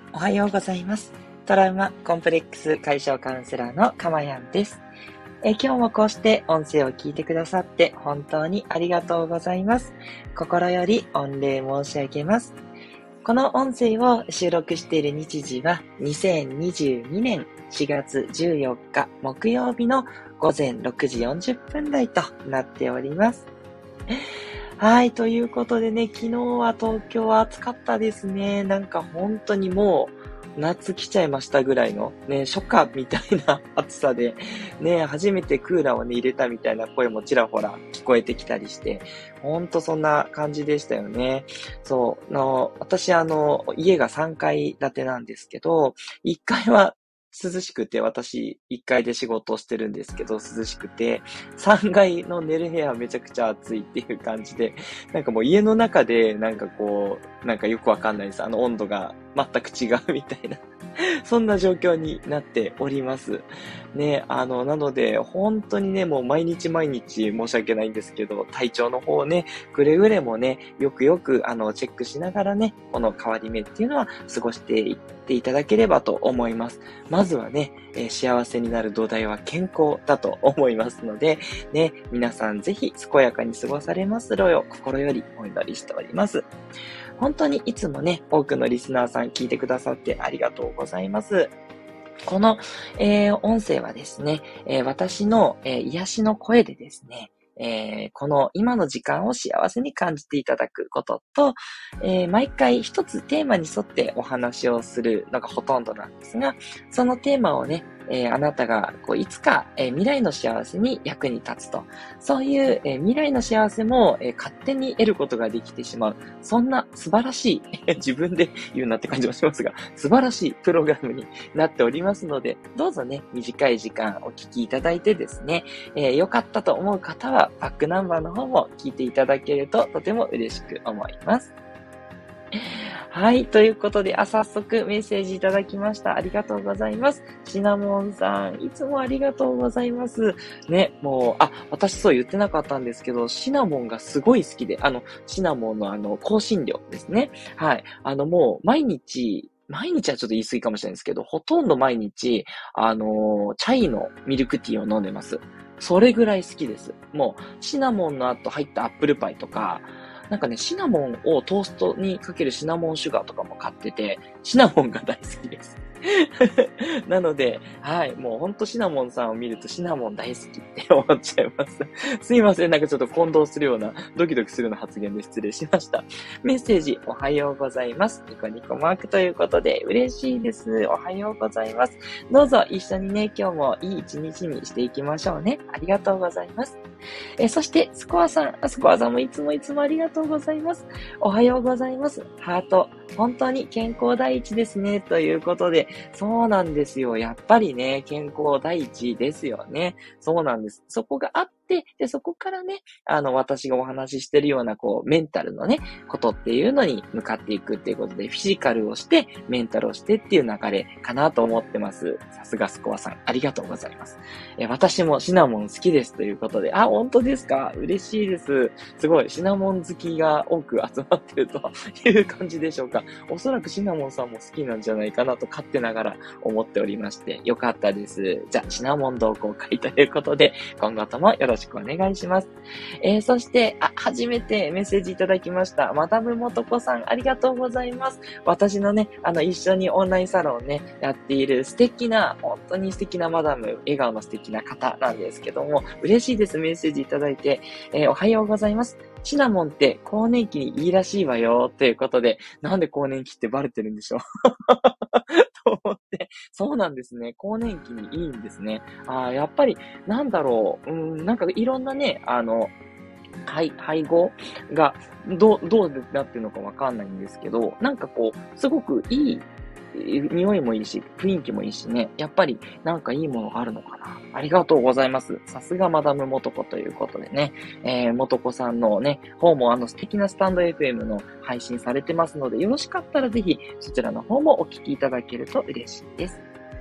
おはようございます。トラウマコンプレックス解消カウンセラーのかまやんです。今日もこうして音声を聞いてくださって本当にありがとうございます。心より御礼申し上げます。この音声を収録している日時は2022年4月14日木曜日の午前6時40分台となっております。はい、ということでね、昨日は東京は暑かったですね。なんか本当にもう夏来ちゃいましたぐらいのね、初夏みたいな暑さで、ね、初めてクーラーをね、入れたみたいな声もちらほら聞こえてきたりして、ほんとそんな感じでしたよね。そう、私家が3階建てなんですけど、1階は涼しくて、私1階で仕事をしてるんですけど、涼しくて、3階の寝る部屋はめちゃくちゃ暑いっていう感じで、なんかもう家の中でなんかこう、なんかよくわかんないです。温度が全く違うみたいなそんな状況になっております。ね、なので、本当にね、もう毎日毎日申し訳ないんですけど、体調の方ね、くれぐれもね、よくよく、チェックしながらね、この変わり目っていうのは過ごしていっていただければと思います。まずはね、幸せになる土台は健康だと思いますので、ね、皆さんぜひ健やかに過ごされますよう心よりお祈りしております。本当にいつもね、多くのリスナーさん聞いてくださってありがとうございます。この、音声はですね、私の、癒しの声でですね、この今の時間を幸せに感じていただくことと、毎回一つテーマに沿ってお話をするのがほとんどなんですが、そのテーマをね、あなたがいつか、未来の幸せに役に立つと、そういう、未来の幸せも、勝手に得ることができてしまう、そんな素晴らしい、自分で言うなって感じもしますが、素晴らしいプログラムになっておりますので、どうぞね、短い時間お聞きいただいてですね、良かったと思う方はバックナンバーの方も聞いていただけるととても嬉しく思います。はい。ということで、早速メッセージいただきました。ありがとうございます。シナモンさん、いつもありがとうございます。ね、もう、私そう言ってなかったんですけど、シナモンがすごい好きで、シナモンの香辛料ですね。はい。もう、毎日はちょっと言い過ぎかもしれないですけど、ほとんど毎日、チャイのミルクティーを飲んでます。それぐらい好きです。もう、シナモンの後入ったアップルパイとか、なんかね、シナモンをトーストにかけるシナモンシュガーとかも買ってて、シナモンが大好きです。なので、はい、もうほんとシナモンさんを見るとシナモン大好きって思っちゃいます。すいません、なんかちょっと混同するような、ドキドキするような発言で失礼しました。メッセージ、おはようございます。ニコニコマークということで、嬉しいです。おはようございます。どうぞ一緒にね、今日もいい一日にしていきましょうね。ありがとうございます。そして、スコアさんもいつもありがとうございます。おはようございます。ハート、本当に健康第一ですね。ということで、そうなんですよ。やっぱりね、健康第一ですよね。そうなんです。そこがあって、で、そこからね、私がお話ししてるような、メンタルのね、ことっていうのに向かっていくっていうことで、フィジカルをして、メンタルをしてっていう流れかなと思ってます。さすがスコアさん、ありがとうございます。私もシナモン好きですということで、本当ですか？嬉しいです。すごい、シナモン好きが多く集まってるという感じでしょうか。おそらくシナモンさんも好きなんじゃないかなと勝手ながら思っておりまして、よかったです。じゃあ、シナモン同好会ということで、今後ともよろしくお願いします。そして、初めてメッセージいただきました。マダムもとこさん、ありがとうございます。私のね、一緒にオンラインサロンね、やっている本当に素敵なマダム、笑顔の素敵な方なんですけども、嬉しいです、メッセージいただいて。おはようございます。シナモンって更年期にいいらしいわよ、ということで、なんで更年期ってバレてるんでしょうと思って、そうなんですね。更年期にいいんですね。やっぱり、なんだろう、なんかいろんなね、配合がどうなってるのかわかんないんですけど、なんかすごくいい匂いもいいし、雰囲気もいいしね。やっぱりなんかいいものがあるのかな。ありがとうございます。さすがマダムもとこということでね。もとこさんのね、方も素敵なスタンド FM の配信されてますので、よろしかったらぜひそちらの方もお聞きいただけると嬉しいです。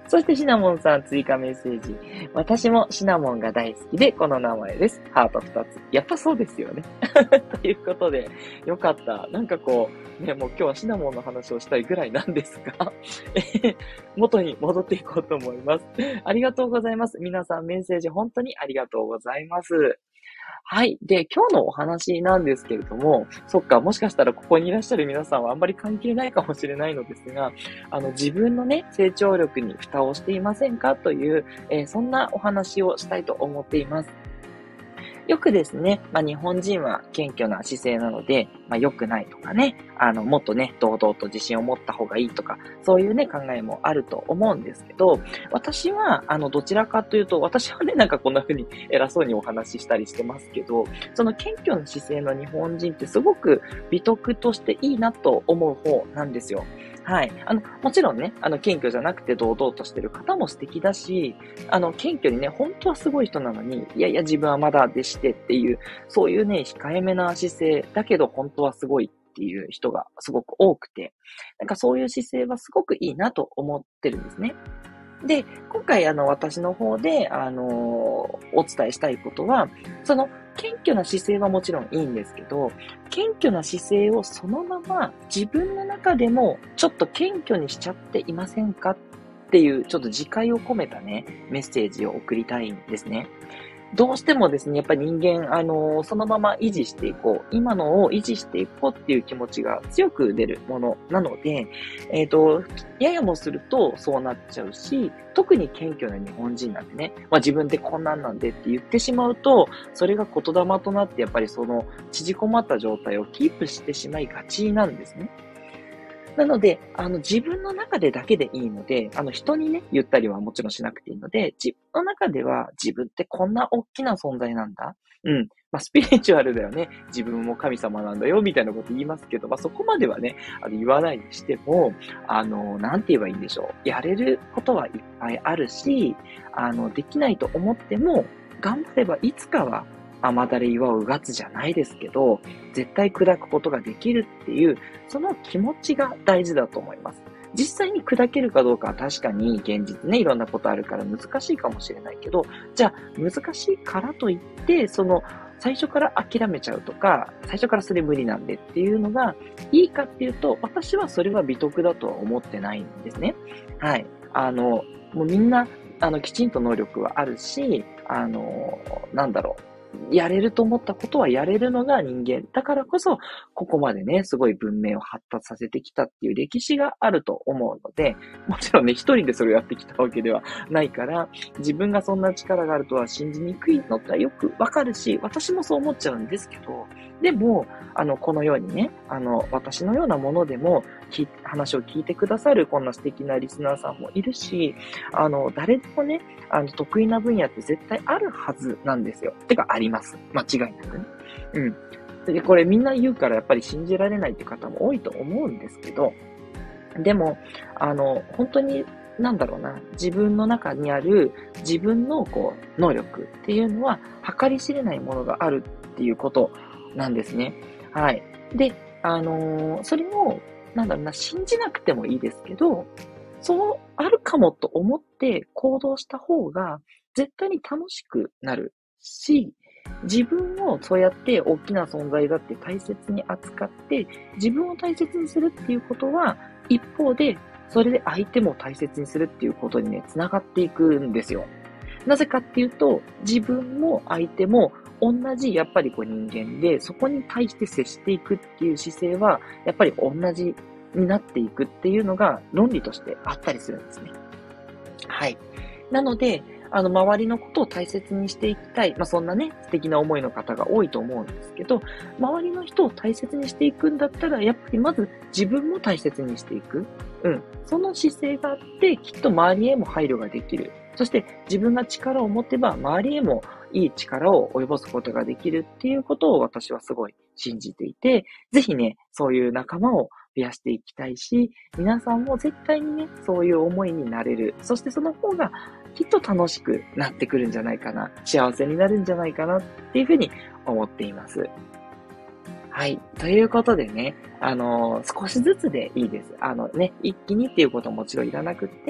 そしてシナモンさん追加メッセージ。私もシナモンが大好きでこの名前です。ハート2つ。やっぱそうですよね。ということで、よかった。なんかこう、ね、もう今日はシナモンの話をしたいぐらいなんですが、元に戻っていこうと思います。ありがとうございます。皆さんメッセージ本当にありがとうございます。はい。で、今日のお話なんですけれども、そっか、もしかしたらここにいらっしゃる皆さんはあんまり関係ないかもしれないのですが、自分のね、成長力に蓋をしていませんかという、そんなお話をしたいと思っています。よくですね、日本人は謙虚な姿勢なので、良くないとかね、もっとね、堂々と自信を持った方がいいとか、そういうね、考えもあると思うんですけど、私は、どちらかというと、私はね、なんかこんな風に偉そうにお話ししたりしてますけど、その謙虚な姿勢の日本人ってすごく美徳としていいなと思う方なんですよ。はい。もちろんね、謙虚じゃなくて堂々としてる方も素敵だし、謙虚にね、本当はすごい人なのに、いやいや自分はまだでしてっていう、そういうね、控えめな姿勢だけど本当はすごいっていう人がすごく多くて、なんかそういう姿勢はすごくいいなと思ってるんですね。で、今回私の方で、お伝えしたいことは、その、謙虚な姿勢はもちろんいいんですけど、謙虚な姿勢をそのまま自分の中でもちょっと謙虚にしちゃっていませんかっていう、ちょっと自戒を込めたね、メッセージを送りたいんですね。どうしてもですね、やっぱり人間、そのまま維持していこう。今のを維持していこうっていう気持ちが強く出るものなので、ややもするとそうなっちゃうし、特に謙虚な日本人なんてね、自分ってこんなんなんでって言ってしまうと、それが言霊となってやっぱりその縮こまった状態をキープしてしまいがちなんですね。なので、自分の中でだけでいいので、人にね、言ったりはもちろんしなくていいので、自分の中では自分ってこんな大きな存在なんだ。うん。スピリチュアルだよね。自分も神様なんだよ、みたいなこと言いますけど、そこまではね、言わないにしても、なんて言えばいいんでしょう。やれることはいっぱいあるし、できないと思っても、頑張ればいつかは雨だれ岩をうがつじゃないですけど、絶対砕くことができるっていう、その気持ちが大事だと思います。実際に砕けるかどうかは確かに現実ね、いろんなことあるから難しいかもしれないけど、じゃあ難しいからといって、最初から諦めちゃうとか、最初からそれ無理なんでっていうのがいいかっていうと、私はそれは美徳だとは思ってないんですね。はい。もうみんな、きちんと能力はあるし、なんだろう。やれると思ったことはやれるのが人間。だからこそ、ここまでね、すごい文明を発達させてきたっていう歴史があると思うので、もちろんね、一人でそれをやってきたわけではないから、自分がそんな力があるとは信じにくいのってはよくわかるし、私もそう思っちゃうんですけど、でも、このようにね、私のようなものでも、話を聞いてくださるこんな素敵なリスナーさんもいるし、誰でもね、得意な分野って絶対あるはずなんですよ。てか、あります。間違いなくね。うん。で、これみんな言うからやっぱり信じられないって方も多いと思うんですけど、でも、本当に、なんだろうな、自分の中にある自分の能力っていうのは計り知れないものがあるっていうことなんですね。はい。で、それを、なんだろうな、信じなくてもいいですけど、そうあるかもと思って行動した方が絶対に楽しくなるし、自分をそうやって大きな存在だって大切に扱って、自分を大切にするっていうことは、一方で、それで相手も大切にするっていうことにね、繋がっていくんですよ。なぜかっていうと、自分も相手も同じやっぱり人間で、そこに対して接していくっていう姿勢は、やっぱり同じになっていくっていうのが論理としてあったりするんですね。はい。なので、周りのことを大切にしていきたい。そんなね、素敵な思いの方が多いと思うんですけど、周りの人を大切にしていくんだったら、やっぱりまず自分も大切にしていく。うん。その姿勢があって、きっと周りへも配慮ができる。そして自分が力を持てば、周りへもいい力を及ぼすことができるっていうことを私はすごい信じていて、ぜひね、そういう仲間を増やしていきたいし、皆さんも絶対にね、そういう思いになれる。そしてその方がきっと楽しくなってくるんじゃないかな。幸せになるんじゃないかなっていうふうに思っています。はい。ということでね、少しずつでいいです。一気にっていうことはもちろんいらなくって、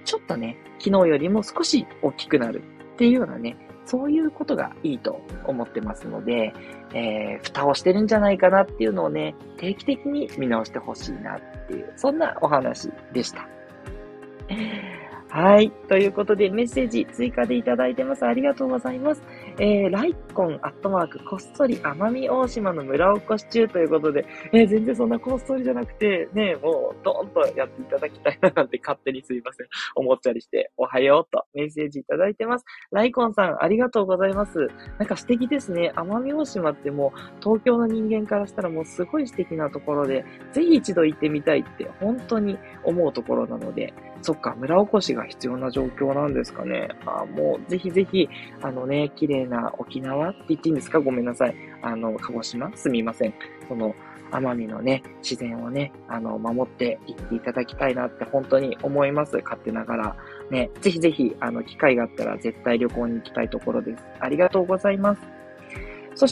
ちょっとね、昨日よりも少し大きくなるっていうようなね、そういうことがいいと思ってますので、蓋をしてるんじゃないかなっていうのをね、定期的に見直してほしいなっていう、そんなお話でした。はい。ということで、メッセージ追加でいただいてます。ありがとうございます。ライコンこっそり奄美大島の村おこし中ということで、全然そんなこっそりじゃなくて、ね、もう、ドーンとやっていただきたいななんて勝手にすいません。思ったりして、おはようとメッセージいただいてます。ライコンさん、ありがとうございます。なんか素敵ですね。奄美大島ってもう、東京の人間からしたらもうすごい素敵なところで、ぜひ一度行ってみたいって本当に思うところなので、そっか、村おこしが必要な状況なんですかね。もう、ぜひぜひ、綺麗な沖縄って言っていいんですか？ごめんなさい。鹿児島すみません。奄美のね、自然をね、守っていっていただきたいなって本当に思います。勝手ながら。ね、ぜひぜひ、機会があったら絶対旅行に行きたいところです。ありがとうございます。そして、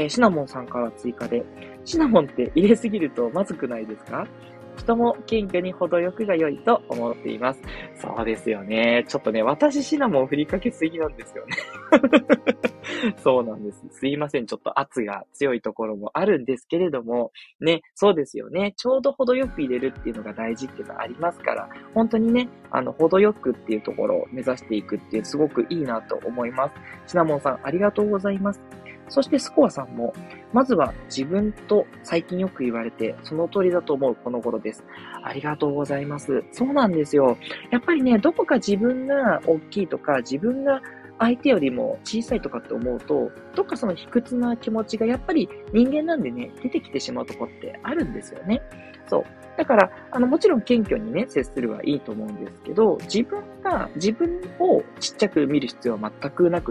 シナモンさんから追加で、シナモンって入れすぎるとまずくないですか？人も謙虚に程よくが良いと思っています。そうですよね。ちょっとね、私シナモン振りかけすぎなんですよね。そうなんです。すいません。ちょっと圧が強いところもあるんですけれども、ね、そうですよね。ちょうど程よく入れるっていうのが大事っていうのはありますから、本当にね、程よくっていうところを目指していくっていうすごくいいなと思います。シナモンさん、ありがとうございます。そしてスコアさんも、まずは自分と最近よく言われて、その通りだと思うこの頃です。ありがとうございます。そうなんですよ。やっぱりね、どこか自分が大きいとか、自分が相手よりも小さいとかって思うと、どっかその卑屈な気持ちがやっぱり人間なんでね、出てきてしまうとこってあるんですよね。そう。だから、もちろん謙虚にね、接するはいいと思うんですけど、自分をちっちゃく見る必要は全くなくって、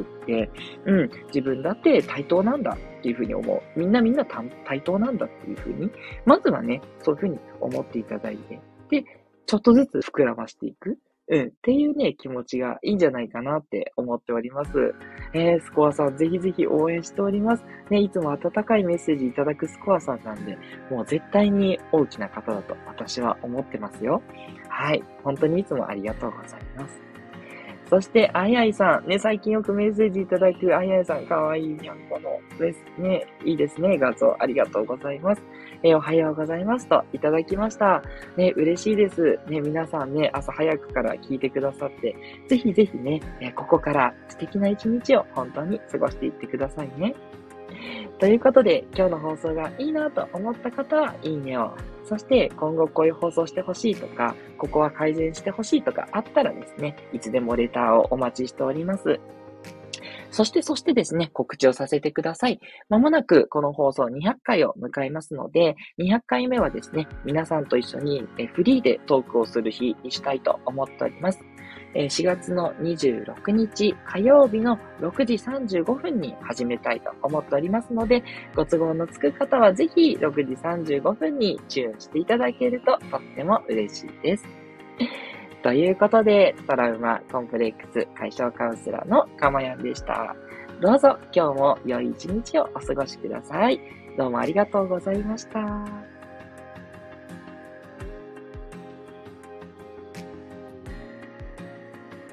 自分だって対等なんだっていうふうに思う。みんな対等なんだっていうふうに、まずはね、そういうふうに思っていただいて、で、ちょっとずつ膨らましていく。っていうね、気持ちがいいんじゃないかなって思っております。スコアさん、ぜひぜひ応援しております。ね、いつも温かいメッセージいただくスコアさんなんで、もう絶対に大きな方だと私は思ってますよ。はい。本当にいつもありがとうございます。そして、あいあいさん。ね、最近よくメッセージいただくあいあいさん。かわいいにゃんこのですね。いいですね。画像。ありがとうございます。おはようございますといただきました。ね、嬉しいです。ね、皆さんね、朝早くから聞いてくださって、ぜひぜひね、ここから素敵な一日を本当に過ごしていってくださいね。ということで、今日の放送がいいなと思った方は、いいねを。そして、今後こういう放送してほしいとか、ここは改善してほしいとかあったらですね、いつでもレターをお待ちしております。そしてですね、告知をさせてください。まもなくこの放送200回を迎えますので、200回目はですね、皆さんと一緒にフリーでトークをする日にしたいと思っております。4月の26日火曜日の6時35分に始めたいと思っておりますので、ご都合のつく方はぜひ6時35分にチューンしていただけるととっても嬉しいです。ということで、トラウマコンプレックス解消カウンセラーのかまやんでした。どうぞ今日も良い一日をお過ごしください。どうもありがとうございました。